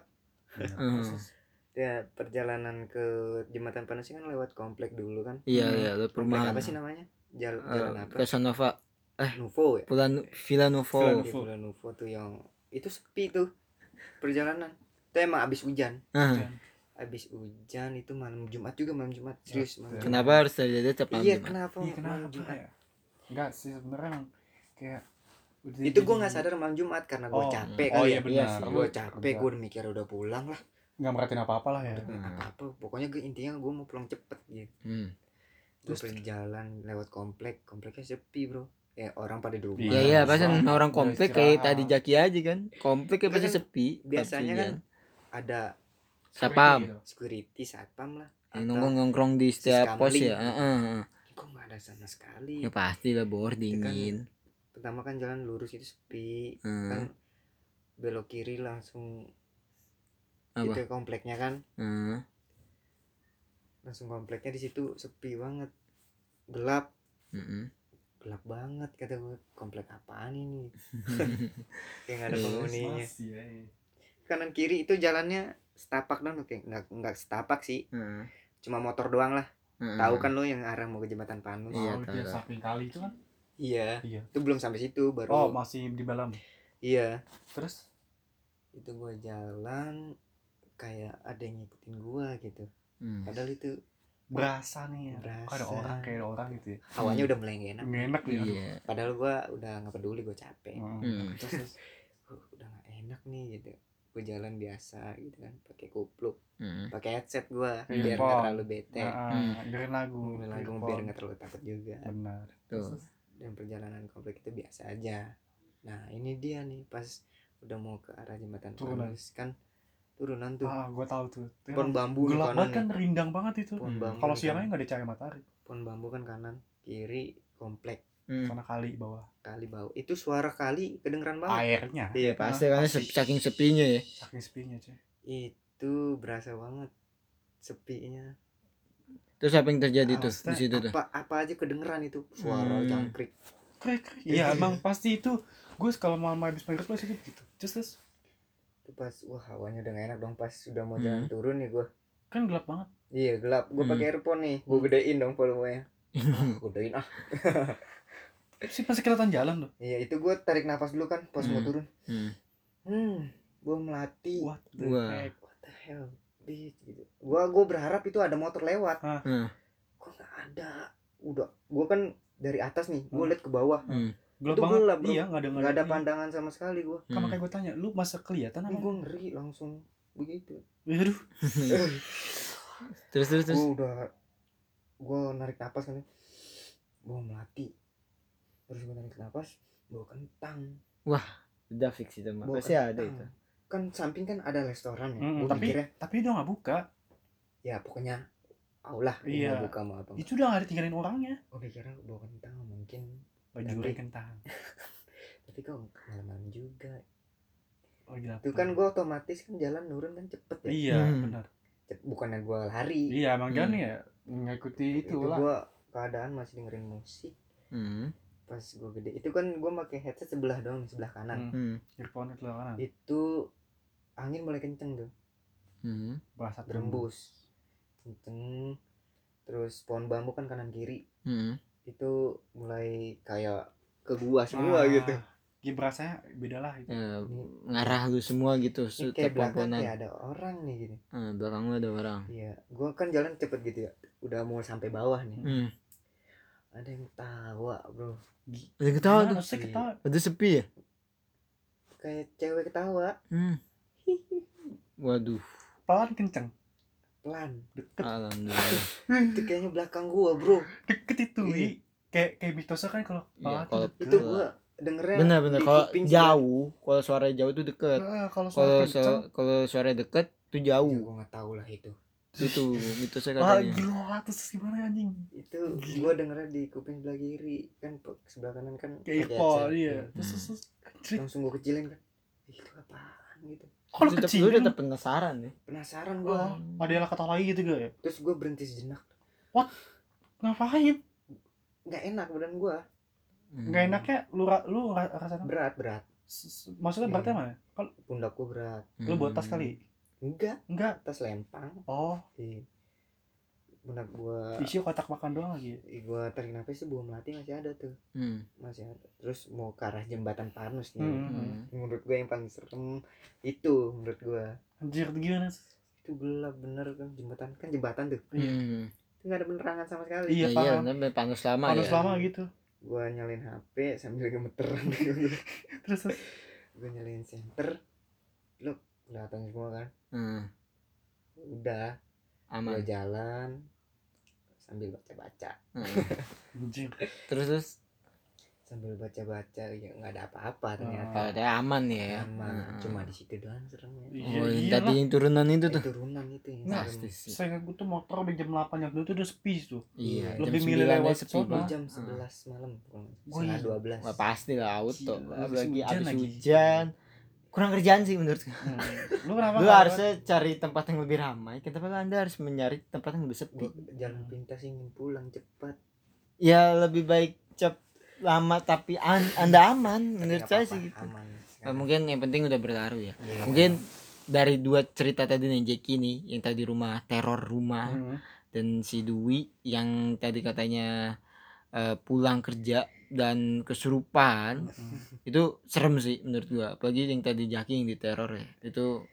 Ya perjalanan ke jembatan Panus kan lewat komplek dulu kan. Iya, lu Komplek perumahan. apa sih namanya? Jalan apa? Casanova. Nuvo ya. Villa Novo. Villa Di Villa Nuvo tuh yang itu sepi tuh perjalanan. Itu emang abis hujan. Abis hujan itu malam Jumat juga, malam Jumat serius malam Jumat. Kenapa harus terjadi tiap malam Iya Jumat? kenapa? Iya, Malam kenapa Jumat. ya? Enggak sih sebenarnya emang kayak Itu gue nggak sadar malam Jumat karena gue capek Oh kali iya ya. benar. Gue capek, gue udah mikir udah pulang lah. Enggak merhatiin apa-apa lah ya. Apa-apa. Pokoknya intinya gue mau pulang cepet gitu. Gue berjalan lewat kompleknya sepi bro. Ya orang pada di rumah. Iya, pasti orang komplek kayak istirahat. tadi Jaki aja kan. Kompleknya pasti Kan sepi. biasanya kan ada Sapam. security satpam lah. Yang nongkrong di setiap pos ya. Kok nggak ada sama sekali. Ya pasti lah bor dingin. Pertama kan jalan lurus itu sepi. Kan belok kiri langsung Apa? itu kompleknya kan. Hmm. Langsung kompleknya di situ sepi banget. Gelap. Mm-mm. Gelap banget kata gue, komplek apaan ini. Kayak nggak ada penghuninya. Kanan kiri itu jalannya setapak dong, kayak nggak setapak sih, cuma motor doang lah. Tahu kan lo yang arah mau ke jembatan Panus. Iya, Oh, tahu. dia samping kali itu kan? Iya. Iya. Itu belum sampai situ baru. Oh, masih di dalam. Iya. Terus Itu gue jalan kayak ada yang ngikutin gue gitu. Hmm. Padahal itu berasa nih ya. Berasa. Kok ada orang kayak ada orang gitu ya. Awalnya udah mulai gak enak. Nggak enak ya. Iya. Padahal gue udah nggak peduli, gue capek. Terus Udah gak enak nih gitu. Gue jalan biasa gitu kan, pakai kupluk, Hmm. pakai headset gue Iya, biar Pong. nggak terlalu bete. dengerin lagu. Biar nggak terlalu takut juga. Benar. Tuh. Dan perjalanan komplek itu biasa aja. Nah ini dia nih, pas udah mau ke arah jembatan Turunan. Panus kan, turunan tuh Gue tahu tuh. pohon bambu nih Gelap kanan banget kan, nih. rindang banget itu. Pohon bambu Kalau nih siangnya kanan. nggak ada cahaya matahari. Pohon bambu kan kanan, kiri komplek, Sana kali bawah. kali bawah. Itu suara kali kedengeran banget. Airnya. Iya Pasti karena saking sepinya ya. Saking sepinya cuy. Itu berasa banget sepinya. Terus apa yang terjadi tuh Maksudnya di situ tuh? Apa aja kedengeran itu suara jangkrik. Krik. Iya emang pasti itu. Gue kalau malam habis maghrib pasti gitu. Terus Itu pas wah hawanya udah gak enak dong, pas sudah mau jalan turun nih gue. kan gelap banget. Iya gelap, gue pakai earphone nih, gue gedein dong volumenya. Gedein Sih pasti kelihatan jalan loh. Iya itu gue tarik nafas dulu kan pas mau turun. Hmm. Gue melatih. What the Wah. heck. What the hell, bitch gitu. Gue berharap itu ada motor lewat. Kok nggak ada. Udah, gue kan dari atas nih, gue liat ke bawah. Gelap Itu banget. gelap, bro. Iya Nggak ada pandangan sama sekali gue. Kan makanya gue tanya, lu masa kelihatan apa? Gue ngeri langsung begitu. Aduh. Terus Gue narik napas kan, gue melatih. Terus gue narik napas, gue kentang. udah fix itu mah. Bawa Pasti ada kentang. itu. Kan samping kan ada restoran ya. Gue Tapi mikirnya udah nggak buka. ya pokoknya Allah Iya. mau buka mau apa. Itu udah nggak ada tinggalin orangnya. Gue pikirnya bawa kentang mungkin. Baju Tapi- goreng kentang. Tapi kok malam-malam juga. Oh gila. Itu kan gue otomatis kan jalan nurun kan cepet ya. Iya Hmm. benar. Bukannya gue lari. Iya emang kan ya mengikuti itu lah. Gue keadaan masih dengerin musik. Pas gue gede itu kan gue pakai headset sebelah doang, sebelah kanan. Earphone itu lah kanan. Itu angin mulai kenceng tuh, Bahasa berembus kenceng. Terus pohon bambu kan kanan kiri itu mulai kayak ke gua semua gitu. Ya berasanya beda lah itu. Ngarah lu semua gitu. Ini kayak belakang Terpomponan. kayak ada orang nih gitu. Belakang lu ada orang. Iya, gua kan jalan cepet gitu ya. Udah mau sampai bawah nih. Ada yang ketawa, bro. Ada ketawa tuh. Maksudnya ketawa. Ada sepi ya? Kayak cewek ketawa, Waduh. Pelan kenceng. pelan. Deket. Alhamdulillah. Itu kayaknya belakang gua, bro. Deket itu Iya. kayak mitosnya kan kalau Iya, pelan kalau tuh Itu deket. gua dengernya Bener-bener di kalau kuping jauh, kalau suara jauh itu deket. Kalau Kalau suara kenceng. kalau suara deket itu sebelah. jauh. Gua nggak tahu lah itu. Itu mitosnya Wah katanya. gila, terus gimana anjing? Itu gua dengernya di kuping sebelah kiri kan, sebelah kanan kan Kayak pakai earphone, headset. iya. Terus Langsung gua kecilin kan. Itu apaan gitu. kalau Lu kecil udah penasaran nih. Penasaran gua. ada yang kata lagi gitu gak ya? Terus gua berhenti sejenak. Ngapain? Nggak enak badan gua. Nggak enaknya lu rasanya Berat. maksudnya Iya. beratnya mana? Kalau Pundak gua berat. lu bawa tas kali? Enggak, tas lempang. Oh, Di pundak gua. isi kotak makan doang lagi. Gua tarik nafas sih, buah melati masih ada tuh. Masih ada. Terus mau ke arah jembatan Panus nih. Menurut gua yang paling serem itu, menurut gua. Anjir gimana? Itu gelap bener kan, jembatan tuh. Iya. Itu nggak ada penerangan sama sekali. Iya, Iya, paham. namanya panas lama Panas ya. lama gitu. Gua nyalain HP sambil gemeteran. Terus Gua nyalain senter. Lu kelihatan semua kan. Udah, Aman. gua jalan sambil baca-baca. anjir. Terus Sambil baca-baca ya nggak ada apa-apa ternyata. ada aman ya. Aman. Cuma di situ doang seremnya. Oh, yang Iya tadi lah. yang turunan itu tuh. Turunan itu yang Nah, serem. Pasti sih. saya ingat gue tuh motor jam 8 jam 2 tuh udah sepi tuh. Iya, Lebih jam milih 9 lewat aja sepi sono. Itu banget. jam 11 malam. Wih. Setengah 12. Wah, pasti lah auto. Gila, Apalagi habis hujan abis lagi. hujan. Kurang kerjaan sih menurut gue. Lu kenapa? Lu nggak harusnya cari tempat yang lebih ramai. Kenapa Anda harus mencari tempat yang lebih sepi? Gua jalan pintas ingin pulang cepat. Ya lebih baik lama tapi Anda aman menurut saya sih gitu. Aman. Mungkin yang penting udah berlaru ya. Iya. Mungkin dari dua cerita tadi nih Jeki nih, yang tadi rumah teror rumah dan si Dwi yang tadi katanya pulang kerja dan kesurupan. Itu serem sih menurut gua. Apalagi yang tadi Jaki yang diteror ya. Itu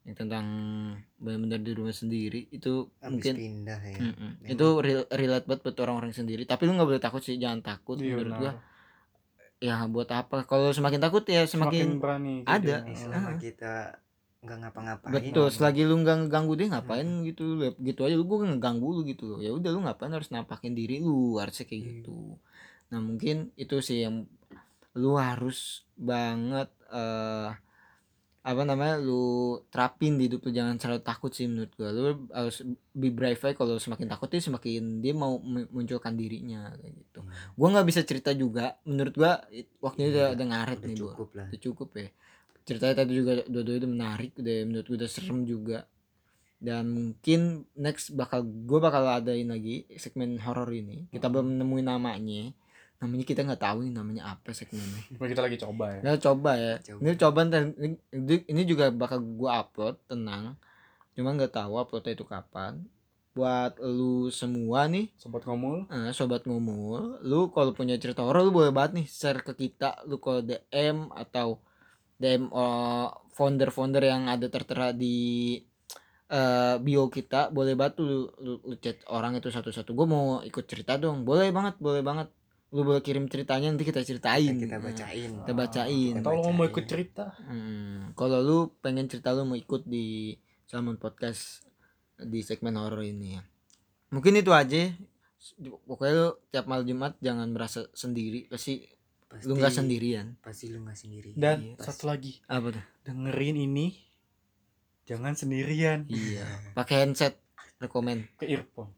yang tentang benar-benar di rumah sendiri itu Habis mungkin pindah ya. itu relate banget buat orang-orang sendiri, tapi lu nggak boleh takut sih, jangan takut menurut gua. Ya buat apa kalau semakin takut ya semakin berani ada selama kita nggak ngapa-ngapain. betul, selagi lu nggak ngeganggu dia ngapain gitu gitu aja, lu gua ngeganggu lu gitu loh, ya udah lu ngapain harus nampakin diri lu, harusnya kayak gitu. Nah mungkin itu sih yang lu harus banget apa namanya lu terapin di hidup lu, jangan selalu takut sih menurut gua. Lu harus be brave aja, kalau semakin takut dia semakin dia mau munculkan dirinya kayak gitu. Gua nggak bisa cerita juga, menurut gua waktunya udah ngaret nih, cukup lah. Udah cukup ya ceritanya tadi juga, dua-duanya udah menarik, udah menurut gua udah serem juga. Dan mungkin next gua bakal adain lagi segmen horor ini, kita belum nemuin namanya kita nggak tahu nih namanya apa segmennya. Kita lagi coba ya. Nah, coba ya. Ini coba ini juga bakal gua upload, tenang. Cuma nggak tahu uploadnya itu kapan. Buat lu semua nih, sobat ngomul, lu kalau punya cerita horor lu boleh banget nih share ke kita. Lu kalau DM atau DM founder yang ada tertera di bio kita, boleh banget lu chat orang itu satu-satu. Gue mau ikut cerita dong, boleh banget. Lu boleh kirim ceritanya, nanti kita ceritain, kita bacain. Kalau mau ikut cerita, kalau lu pengen cerita lu mau ikut di Salmon Podcast di segmen horor ini ya. Mungkin itu aja. Pokoknya lu tiap malam Jumat jangan merasa sendiri, pasti lu nggak sendirian. Dan satu lagi, apa tuh? Dengerin ini jangan sendirian. Iya, pakai headset, rekomen ke earphone.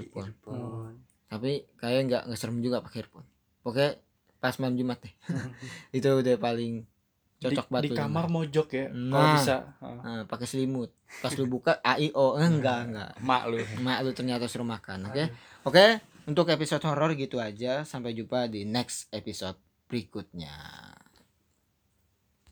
Tapi kayak nggak serem juga pakai earphone. Pokoknya pas malam Jumat deh. Itu udah paling cocok banget di kamar mojok ya. Nah, kalau bisa pakai selimut. Pas lu buka AIO enggak. Mak lu ternyata suruh makan. Oke, untuk episode horor gitu aja. Sampai jumpa di next episode berikutnya.